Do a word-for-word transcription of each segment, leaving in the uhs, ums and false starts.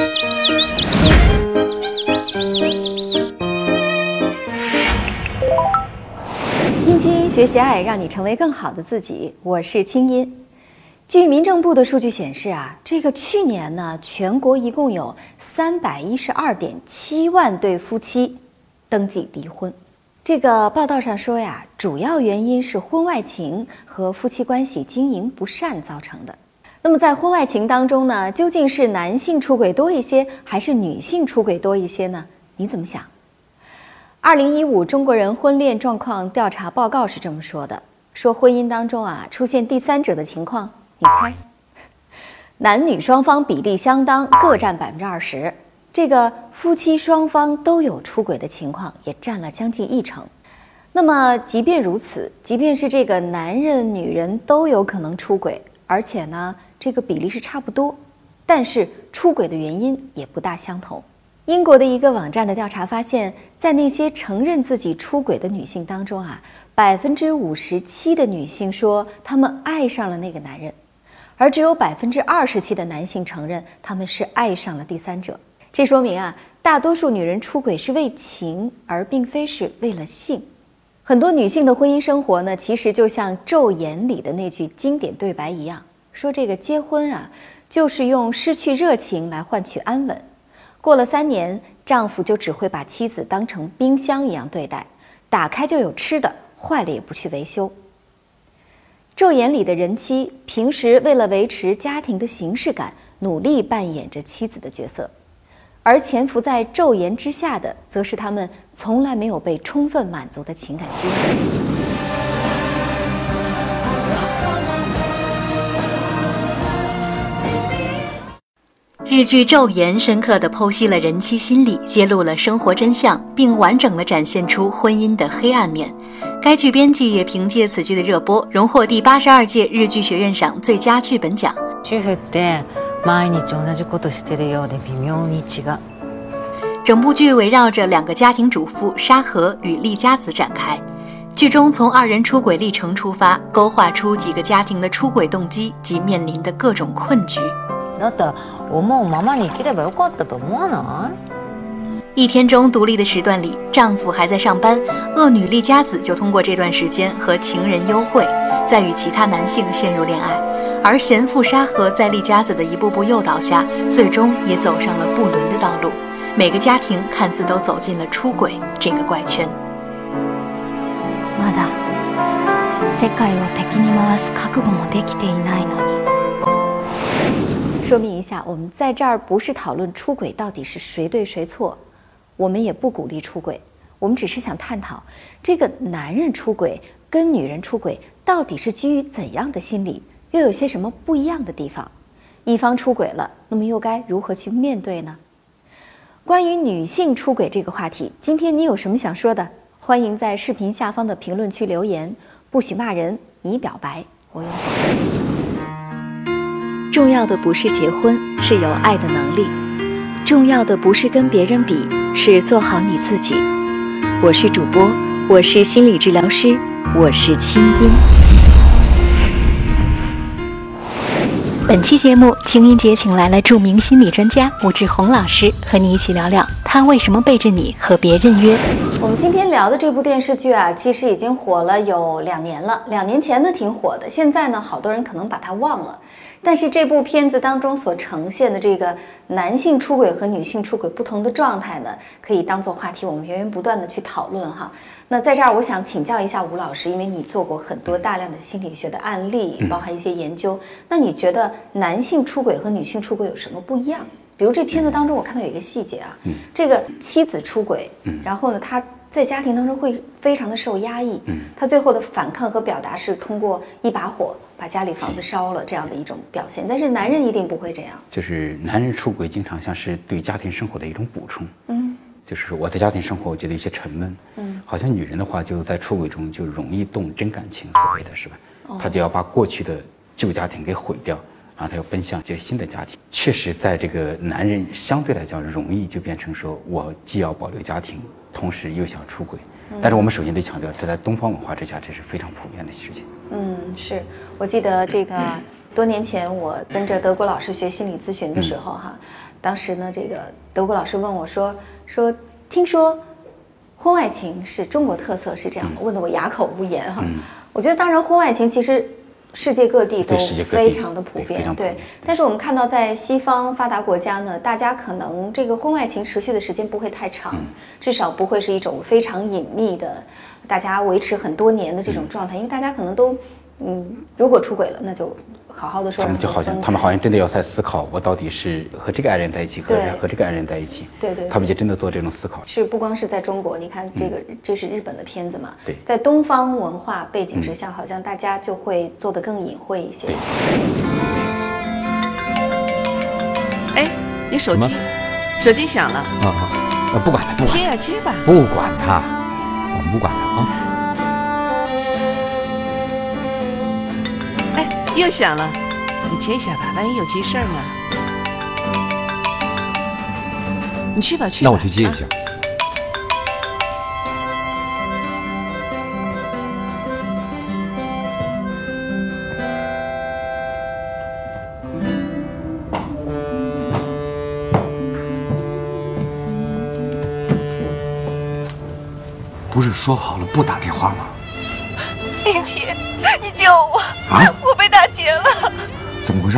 听清音学习爱，让你成为更好的自己。我是清音。据民政部的数据显示啊，这个去年呢，全国一共有三百一十二点七万对夫妻登记离婚。这个报道上说呀，主要原因是婚外情和夫妻关系经营不善造成的。那么在婚外情当中呢，究竟是男性出轨多一些，还是女性出轨多一些呢？你怎么想？二零一五中国人婚恋状况调查报告是这么说的，说婚姻当中啊出现第三者的情况，你猜？男女双方比例相当，各占百分之二十。这个夫妻双方都有出轨的情况，也占了将近一成。那么即便如此，即便是这个男人女人都有可能出轨，而且呢这个比例是差不多，但是出轨的原因也不大相同。英国的一个网站的调查发现，在那些承认自己出轨的女性当中啊，百分之五十七的女性说她们爱上了那个男人，而只有百分之二十七的男性承认他们是爱上了第三者。这说明啊，大多数女人出轨是为情，而并非是为了性。很多女性的婚姻生活呢，其实就像《咒言》里的那句经典对白一样，说这个结婚啊，就是用失去热情来换取安稳。过了三年，丈夫就只会把妻子当成冰箱一样对待，打开就有吃的，坏了也不去维修。咒言里的人妻平时为了维持家庭的形式感，努力扮演着妻子的角色，而潜伏在咒言之下的，则是他们从来没有被充分满足的情感需要。 日剧《咒言》深刻地剖析了人妻心理，揭露了生活真相，并完整地展现出婚姻的黑暗面。该剧编辑也凭借此剧的热播，荣获第八十二届日剧学院赏最佳剧本奖。 主婦って毎日同じことしてるようで微妙に違う。 整部剧围绕着两个家庭主妇沙河与丽佳子展开。剧中从二人出轨历程出发，勾画出几个家庭的出轨动机及面临的各种困局。 だって思うままに生きればよかったと思わない？ 一天中独立的时段里，丈夫还在上班，恶女丽佳子就通过这段时间和情人幽会，再与其他男性陷入恋爱，而贤妇沙河在丽佳子的一步步诱导下，最终也走上了不伦的道路。每个家庭看似都走进了出轨这个怪圈。 まだ世界を敵に回す覚悟もできていないのに。 说明一下，我们在这儿不是讨论出轨到底是谁对谁错，我们也不鼓励出轨，我们只是想探讨这个男人出轨跟女人出轨到底是基于怎样的心理，又有些什么不一样的地方。一方出轨了，那么又该如何去面对呢？关于女性出轨这个话题，今天你有什么想说的？欢迎在视频下方的评论区留言，不许骂人，你表白我有奖。 重要的不是结婚，是有爱的能力；重要的不是跟别人比，是做好你自己。我是主播，我是心理治疗师，我是清音。本期节目，清音姐请来了著名心理专家武志红老师，和你一起聊聊他为什么背着你和别人约。 我们今天聊的这部电视剧啊，其实已经火了有两年了。两年前呢挺火的，现在呢好多人可能把它忘了。但是这部片子当中所呈现的这个男性出轨和女性出轨不同的状态呢，可以当做话题，我们源源不断的去讨论哈。那在这儿，我想请教一下吴老师，因为你做过很多大量的心理学的案例，包含一些研究，那你觉得男性出轨和女性出轨有什么不一样？比如这片子当中，我看到有一个细节啊，嗯、这个妻子出轨，嗯、然后呢，他在家庭当中会非常的受压抑，嗯、他最后的反抗和表达是通过一把火把家里房子烧了这样的一种表现，但是男人一定不会这样， 就是男人出轨经常像是对家庭生活的一种补充，嗯，就是我在家庭生活我觉得有些沉闷，嗯，好像女人的话就在出轨中就容易动真感情，所谓的是吧？哦、她就要把过去的旧家庭给毁掉。然后他要奔向这个新的家庭，确实在这个男人相对来讲容易就变成说我既要保留家庭，同时又想出轨。嗯、但是我们首先得强调，这在东方文化之下这是非常普遍的事情。 嗯，是我记得这个多年前我跟着德国老师学心理咨询的时候哈，嗯、当时呢，这个德国老师问我说说，听说婚外情是中国特色，是这样，嗯、问得我哑口无言哈。嗯、我觉得当然，婚外情其实世界各地都非常的普遍，对。对但是我们看到在西方发达国家呢，大家可能这个婚外情持续的时间不会太长，嗯、至少不会是一种非常隐秘的，大家维持很多年的这种状态，嗯、因为大家可能都。嗯，如果出轨了，那就好好的说。 他们就好像，他们好像真的要在思考，我到底是和这个爱人在一起，和和这个爱人在一起。 对 对, 对。 他们就真的做这种思考。 是不光是在中国，你看这个，嗯、这是日本的片子嘛？ 对。 在东方文化背景之下，嗯、好像大家就会做得更隐晦一些。 对。 哎，你手机，手机响了。 啊啊！不管他，不管接啊接吧。 不管他，我们不管他啊。 又响了，你接一下吧，万一有急事儿呢？你去吧，去吧。 那我去接一下。不是说好了不打电话吗？ 林奇，你救我！ 啊！ 我被打劫了！ 怎么回事？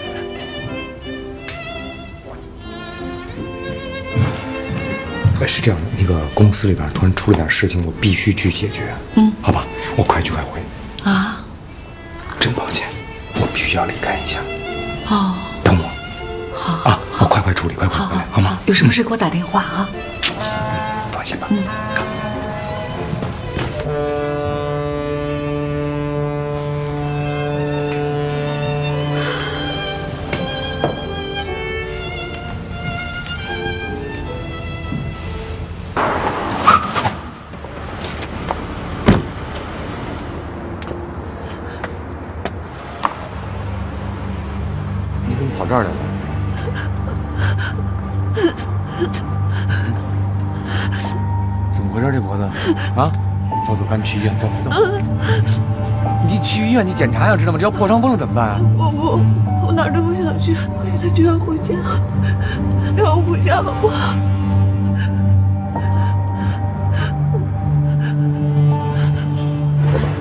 呃，是这样的，那个公司里边突然出了点事情，我必须去解决。嗯，好吧，我快去开会。 啊！ 真抱歉，我必须要离开一下。 哦。 等我。 好。 啊，我快快处理，快快回来，好吗？ 有什么事给我打电话啊。 嗯，放心吧。 嗯。 跑这儿来了，怎么回事？这脖子啊，走走，赶紧去医院，走走。你去医院，你检查呀，知道吗？这要破伤风了怎么办啊？ 我不，我哪儿都不想去，我现在就要回家，让我回家好不好？ 走吧。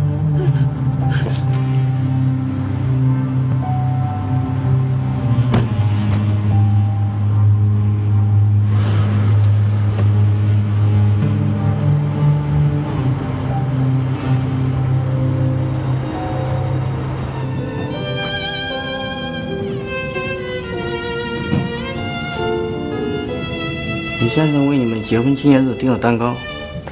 李先生为你们结婚纪念日订了蛋糕。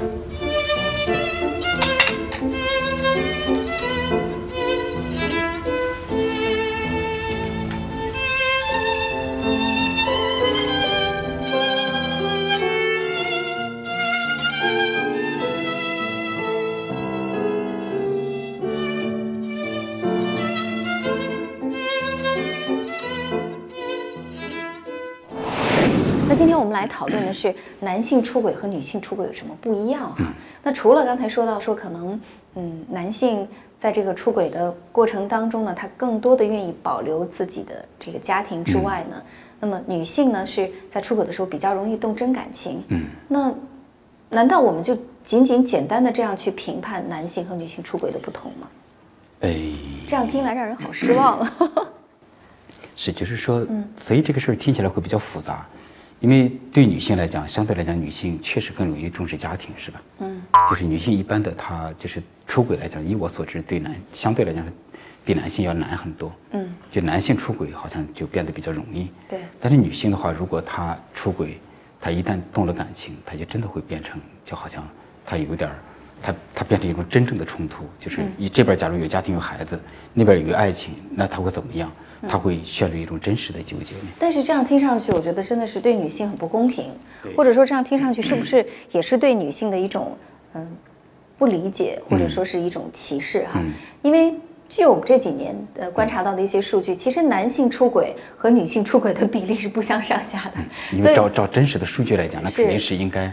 那今天我们来讨论的是男性出轨和女性出轨有什么不一样哈？那除了刚才说到说可能嗯男性在这个出轨的过程当中呢，他更多的愿意保留自己的这个家庭之外呢，那么女性呢是在出轨的时候比较容易动真感情。嗯，那难道我们就仅仅简单的这样去评判男性和女性出轨的不同吗？ 哎， 这样听来让人好失望啊。 是，就是说，嗯，所以这个事儿听起来会比较复杂。因为对女性来讲，相对来讲，女性确实更容易重视家庭，是吧？嗯，就是女性一般的，她就是出轨来讲，以我所知，对男相对来讲，比男性要难很多。嗯，就男性出轨好像就变得比较容易。 对。但是女性的话，如果她出轨，她一旦动了感情，她就真的会变成，就好像她有点儿，她她变成一种真正的冲突，就是你这边假如有家庭有孩子，那边有个爱情，那她会怎么样？他会陷入一种真实的纠结。 但是这样听上去，我觉得真的是对女性很不公平，或者说这样听上去是不是也是对女性的一种嗯不理解，或者说是一种歧视哈？嗯、因为据我们这几年呃观察到的一些数据，其实男性出轨和女性出轨的比例是不相上下的。 嗯、因为照照真实的数据来讲，那肯定是应该。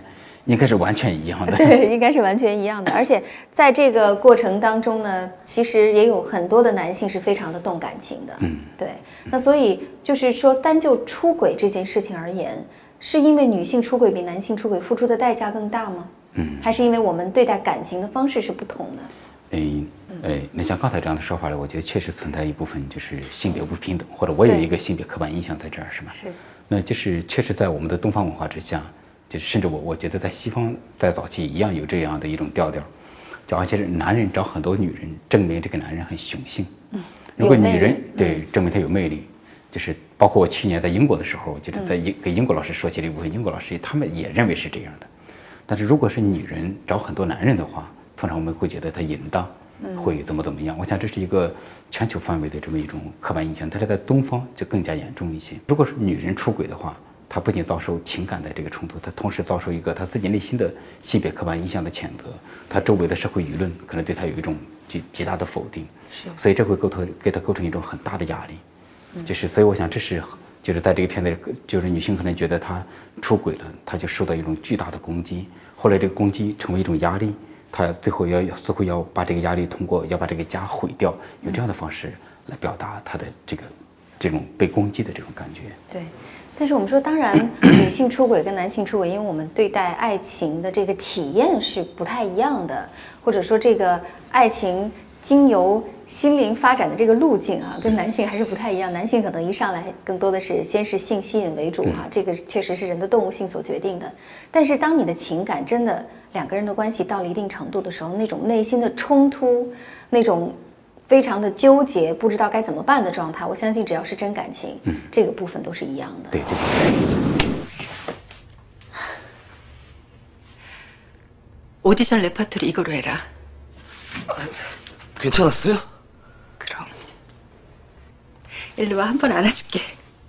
应该是完全一样的。 对，应该是完全一样的。而且在这个过程当中呢，其实也有很多的男性是非常的动感情的。 嗯， 对。那所以就是说，单就出轨这件事情而言，是因为女性出轨比男性出轨付出的代价更大吗？ 嗯， 还是因为我们对待感情的方式是不同的？ 诶，诶，那像刚才这样的说法呢，我觉得确实存在一部分就是性别不平等，或者我有一个性别刻板印象在这儿，是吗？ 是。 那就是确实在我们的东方文化之下，就是甚至我我觉得在西方在早期一样有这样的一种调调，就而且是男人找很多女人，证明这个男人很雄性。嗯。如果女人对证明他有魅力，就是包括我去年在英国的时候，就是在英给英国老师说起了一部分英国老师，他们也认为是这样的。但是如果是女人找很多男人的话，通常我们会觉得他淫荡，会怎么怎么样。我想这是一个全球范围的这么一种刻板印象，但是在东方就更加严重一些。如果是女人出轨的话，她不仅遭受情感的这个冲突，她同时遭受一个她自己内心的性别刻板印象的谴责，她周围的社会舆论可能对她有一种极极大的否定，所以这会构成给她构成一种很大的压力。就是所以我想这是就是在这个片子里，就是女性可能觉得她出轨了，她就受到一种巨大的攻击，后来这个攻击成为一种压力。他最后要似乎要把这个压力通过要把这个家毁掉，用这样的方式来表达他的这个这种被攻击的这种感觉。 对，但是我们说，当然女性出轨跟男性出轨，因为我们对待爱情的这个体验是不太一样的，或者说这个爱情经由心灵发展的这个路径啊，跟男性还是不太一样。男性可能一上来更多的是先是性吸引为主哈、啊，这个确实是人的动物性所决定的。但是当你的情感真的两个人的关系到了一定程度的时候，那种内心的冲突，那种非常的纠结，不知道该怎么办的状态，我相信只要是真感情，嗯，这个部分都是一样的。 对对。 오디션 레퍼토리 이거로 해라. 괜찮았어요? 그럼. 일로 와, 한 번 안아줄게.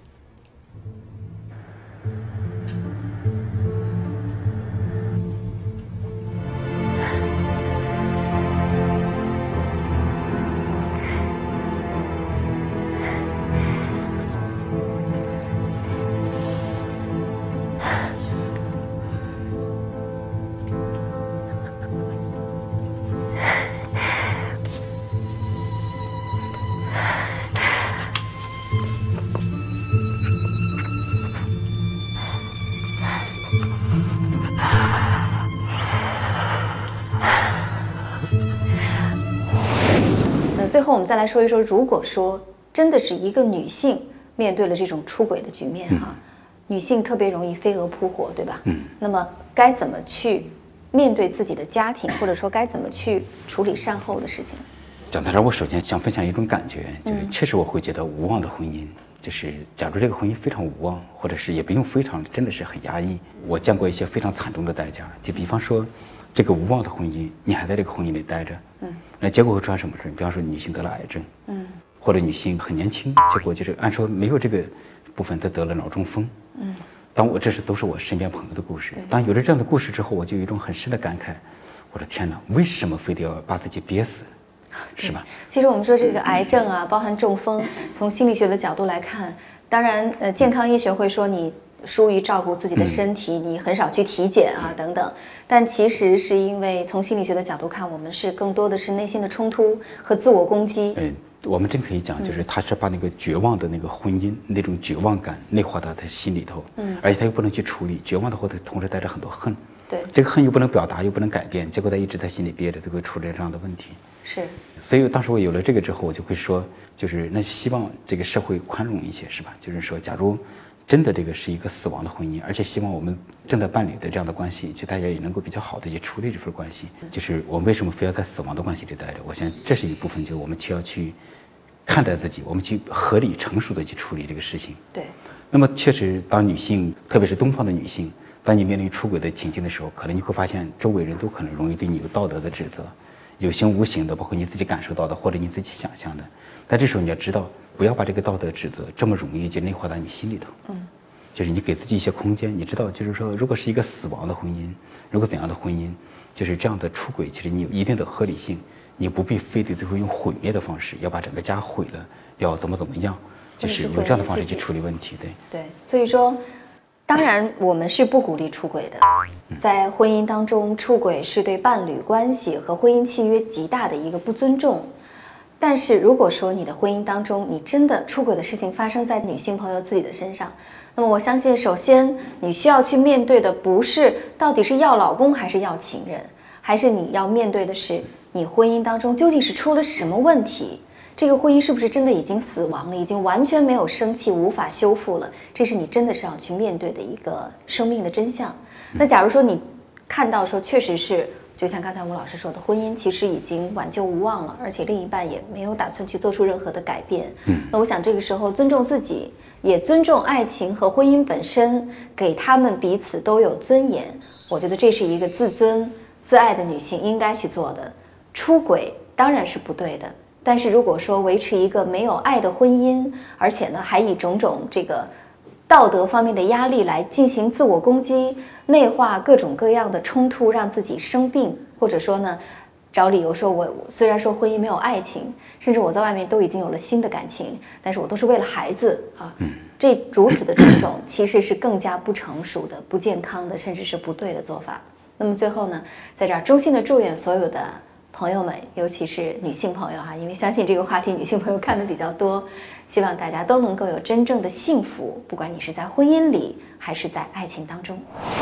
那最后我们再来说一说，如果说真的是一个女性面对了这种出轨的局面哈、啊，嗯、女性特别容易飞蛾扑火，对吧？嗯。那么该怎么去面对自己的家庭，或者说该怎么去处理善后的事情？ 讲到这儿，我首先想分享一种感觉，就是确实我会觉得无望的婚姻，就是假如这个婚姻非常无望，或者是也不用非常，真的是很压抑。我见过一些非常惨重的代价，就比方说。 这个无望的婚姻，你还在这个婚姻里待着，嗯，那结果会出现什么事？比方说女性得了癌症，嗯，或者女性很年轻，结果就是按说没有这个部分，她得了脑中风，嗯，当我这是都是我身边朋友的故事。当有了这样的故事之后，我就有一种很深的感慨，我的天哪，为什么非得要把自己憋死，是吧？ 其实我们说这个癌症啊，包含中风，从心理学的角度来看，当然，呃，健康医学会说你。 疏于照顾自己的身体，嗯、你很少去体检啊，等等。但其实是因为从心理学的角度看，我们是更多的是内心的冲突和自我攻击。 嗯，我们真可以讲，就是他是把那个绝望的那个婚姻、嗯、那种绝望感内化到他心里头，嗯，而且他又不能去处理，绝望的后头同时带着很多恨。 对， 这个恨又不能表达，又不能改变，结果他一直在心里憋着，就会出这样的问题。 是。 所以当时我有了这个之后，我就会说，就是那就希望这个社会宽容一些，是吧？就是说，假如。 真的，这个是一个死亡的婚姻，而且希望我们正在伴侣的这样的关系，就大家也能够比较好的去处理这份关系。就是我们为什么非要在死亡的关系里待着？我想这是一部分，就是我们需要去看待自己，我们去合理成熟的去处理这个事情。 对。 那么确实，当女性，特别是东方的女性，当你面临出轨的情境的时候，可能你会发现周围人都可能容易对你有道德的指责，有形无形的，包括你自己感受到的或者你自己想象的。但这时候你要知道。 不要把这个道德指责这么容易就内化到你心里头，嗯，就是你给自己一些空间，你知道，就是说，如果是一个死亡的婚姻，如果怎样的婚姻，就是这样的出轨，其实你有一定的合理性，你不必非得最后用毁灭的方式，要把整个家毁了，要怎么怎么样，就是用这样的方式去处理问题，对。 对，所以说， 当然，我们是不鼓励出轨的。在婚姻当中，出轨是对伴侣关系和婚姻契约极大的一个不尊重。但是如果说你的婚姻当中，你真的出轨的事情发生在女性朋友自己的身上，那么我相信，首先你需要去面对的不是到底是要老公还是要情人，还是你要面对的是你婚姻当中究竟是出了什么问题。这个婚姻是不是真的已经死亡了，已经完全没有生气，无法修复了？这是你真的是要去面对的一个生命的真相。那假如说你看到说确实是，就像刚才吴老师说的，婚姻其实已经挽救无望了，而且另一半也没有打算去做出任何的改变。嗯，那我想这个时候尊重自己，也尊重爱情和婚姻本身，给他们彼此都有尊严。我觉得这是一个自尊自爱的女性应该去做的。出轨当然是不对的。但是如果说维持一个没有爱的婚姻，而且呢还以种种这个道德方面的压力来进行自我攻击，内化各种各样的冲突，让自己生病，或者说呢找理由说我虽然说婚姻没有爱情，甚至我在外面都已经有了新的感情，但是我都是为了孩子啊，这如此的种种其实是更加不成熟的、不健康的，甚至是不对的做法。那么最后呢，在这儿衷心的祝愿所有的朋友们，尤其是女性朋友哈，因为相信这个话题女性朋友看的比较多，希望大家都能够有真正的幸福，不管你是在婚姻里还是在爱情当中。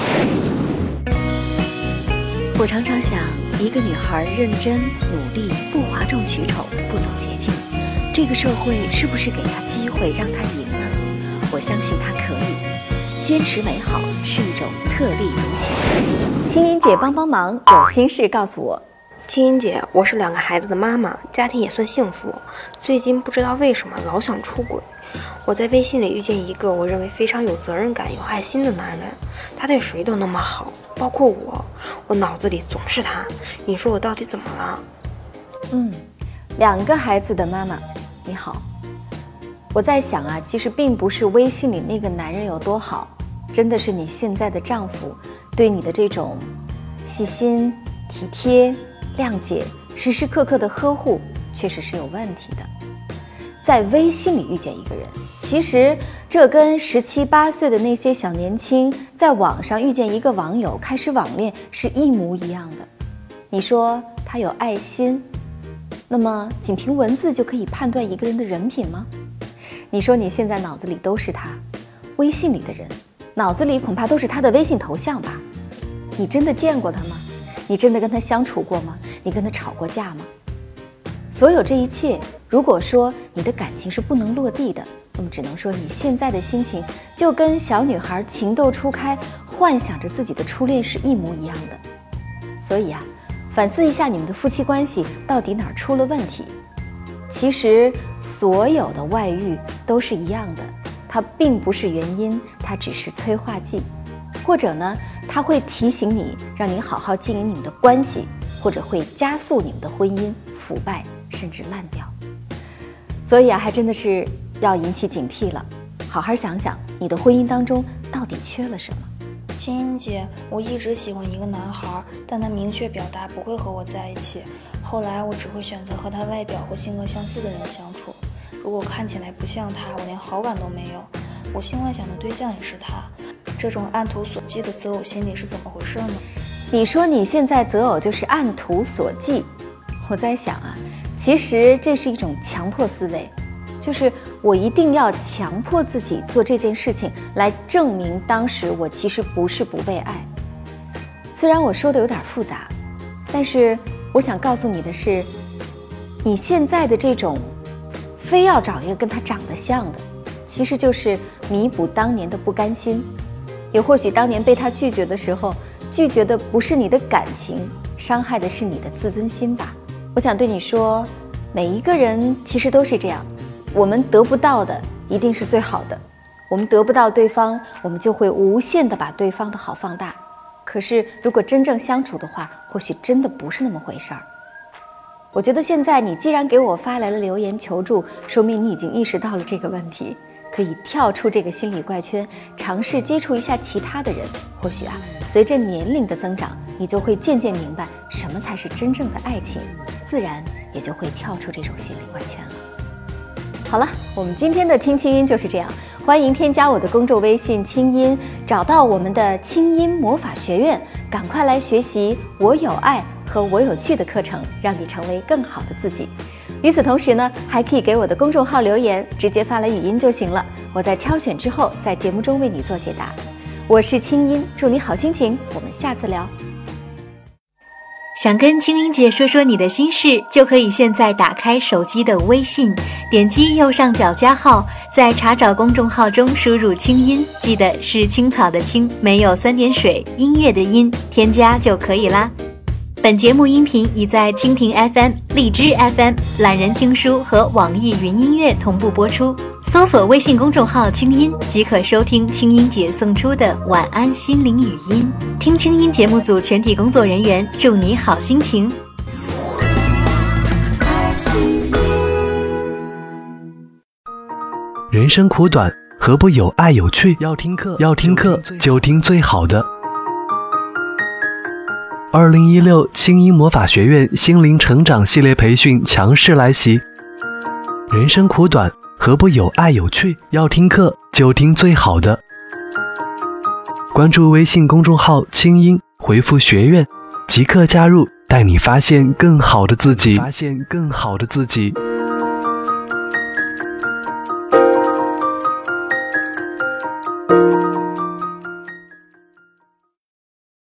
我常常想，一个女孩认真努力，不哗众取宠，不走捷径，这个社会是不是给她机会让她赢呢？我相信她可以。坚持美好是一种特立独行。 青音姐帮帮忙，有心事告诉我。 青音姐，我是两个孩子的妈妈，家庭也算幸福。最近不知道为什么老想出轨。我在微信里遇见一个我认为非常有责任感、有爱心的男人，他对谁都那么好，包括我。我脑子里总是他，你说我到底怎么了？ 嗯，两个孩子的妈妈，你好。我在想啊，其实并不是微信里那个男人有多好，真的是你现在的丈夫对你的这种细心、体贴、谅解，时时刻刻的呵护，确实是有问题的。在微信里遇见一个人，其实这跟十七八岁的那些小年轻在网上遇见一个网友开始网恋是一模一样的。你说他有爱心，那么仅凭文字就可以判断一个人的人品吗？你说你现在脑子里都是他，微信里的人脑子里恐怕都是他的微信头像吧？你真的见过他吗？你真的跟他相处过吗？你跟他吵过架吗？所有这一切，如果说你的感情是不能落地的，那么只能说你现在的心情就跟小女孩情窦初开，幻想着自己的初恋是一模一样的。所以啊，反思一下你们的夫妻关系到底哪儿出了问题。其实所有的外遇都是一样的，它并不是原因，它只是催化剂，或者呢它会提醒你，让你好好经营你们的关系，或者会加速你们的婚姻腐败甚至烂掉。所以啊，还真的是要引起警惕了，好好想想你的婚姻当中到底缺了什么。 青音姐，我一直喜欢一个男孩，但他明确表达不会和我在一起。后来我只会选择和他外表和性格相似的人相处。如果看起来不像他，我连好感都没有。我性幻想的对象也是他。这种按图索骥的择偶心理是怎么回事呢？ 你说你现在择偶就是按图索骥，我在想啊，其实这是一种强迫思维，就是我一定要强迫自己做这件事情，来证明当时我其实不是不被爱。虽然我说的有点复杂，但是我想告诉你的是，你现在的这种非要找一个跟他长得像的，其实就是弥补当年的不甘心。也或许当年被他拒绝的时候，拒绝的不是你的感情，伤害的是你的自尊心吧。我想对你说，每一个人其实都是这样，我们得不到的一定是最好的，我们得不到对方，我们就会无限的把对方的好放大。可是如果真正相处的话，或许真的不是那么回事儿。我觉得现在你既然给我发来了留言求助，说明你已经意识到了这个问题，可以跳出这个心理怪圈，尝试接触一下其他的人。或许啊，随着年龄的增长，你就会渐渐明白什么才是真正的爱情，自然也就会跳出这种心理怪圈了。好了，我们今天的听清音就是这样。 欢迎添加我的公众微信清音，找到我们的清音魔法学院，赶快来学习我有爱和我有趣的课程，让你成为更好的自己。与此同时呢，还可以给我的公众号留言，直接发来语音就行了，我在挑选之后在节目中为你做解答。我是清音，祝你好心情，我们下次聊。 想跟清音姐说说你的心事，就可以现在打开手机的微信，点击右上角加号，在查找公众号中输入清音，记得是青草的青，没有三点水，音乐的音，添加就可以啦。本节目音频已在蜻蜓 F M、荔枝 F M、懒人听书和网易云音乐同步播出，搜索微信公众号清音即可收听清音姐送出的晚安心灵语音。听清音节目组全体工作人员祝你好心情。 人生苦短，何不有爱有趣？要听课，要听课就听最好的。二零一六清音魔法学院心灵成长系列培训强势来袭。人生苦短，何不有爱有趣？要听课就听最好的。关注微信公众号清音，回复学院即刻加入，带你发现更好的自己，发现更好的自己。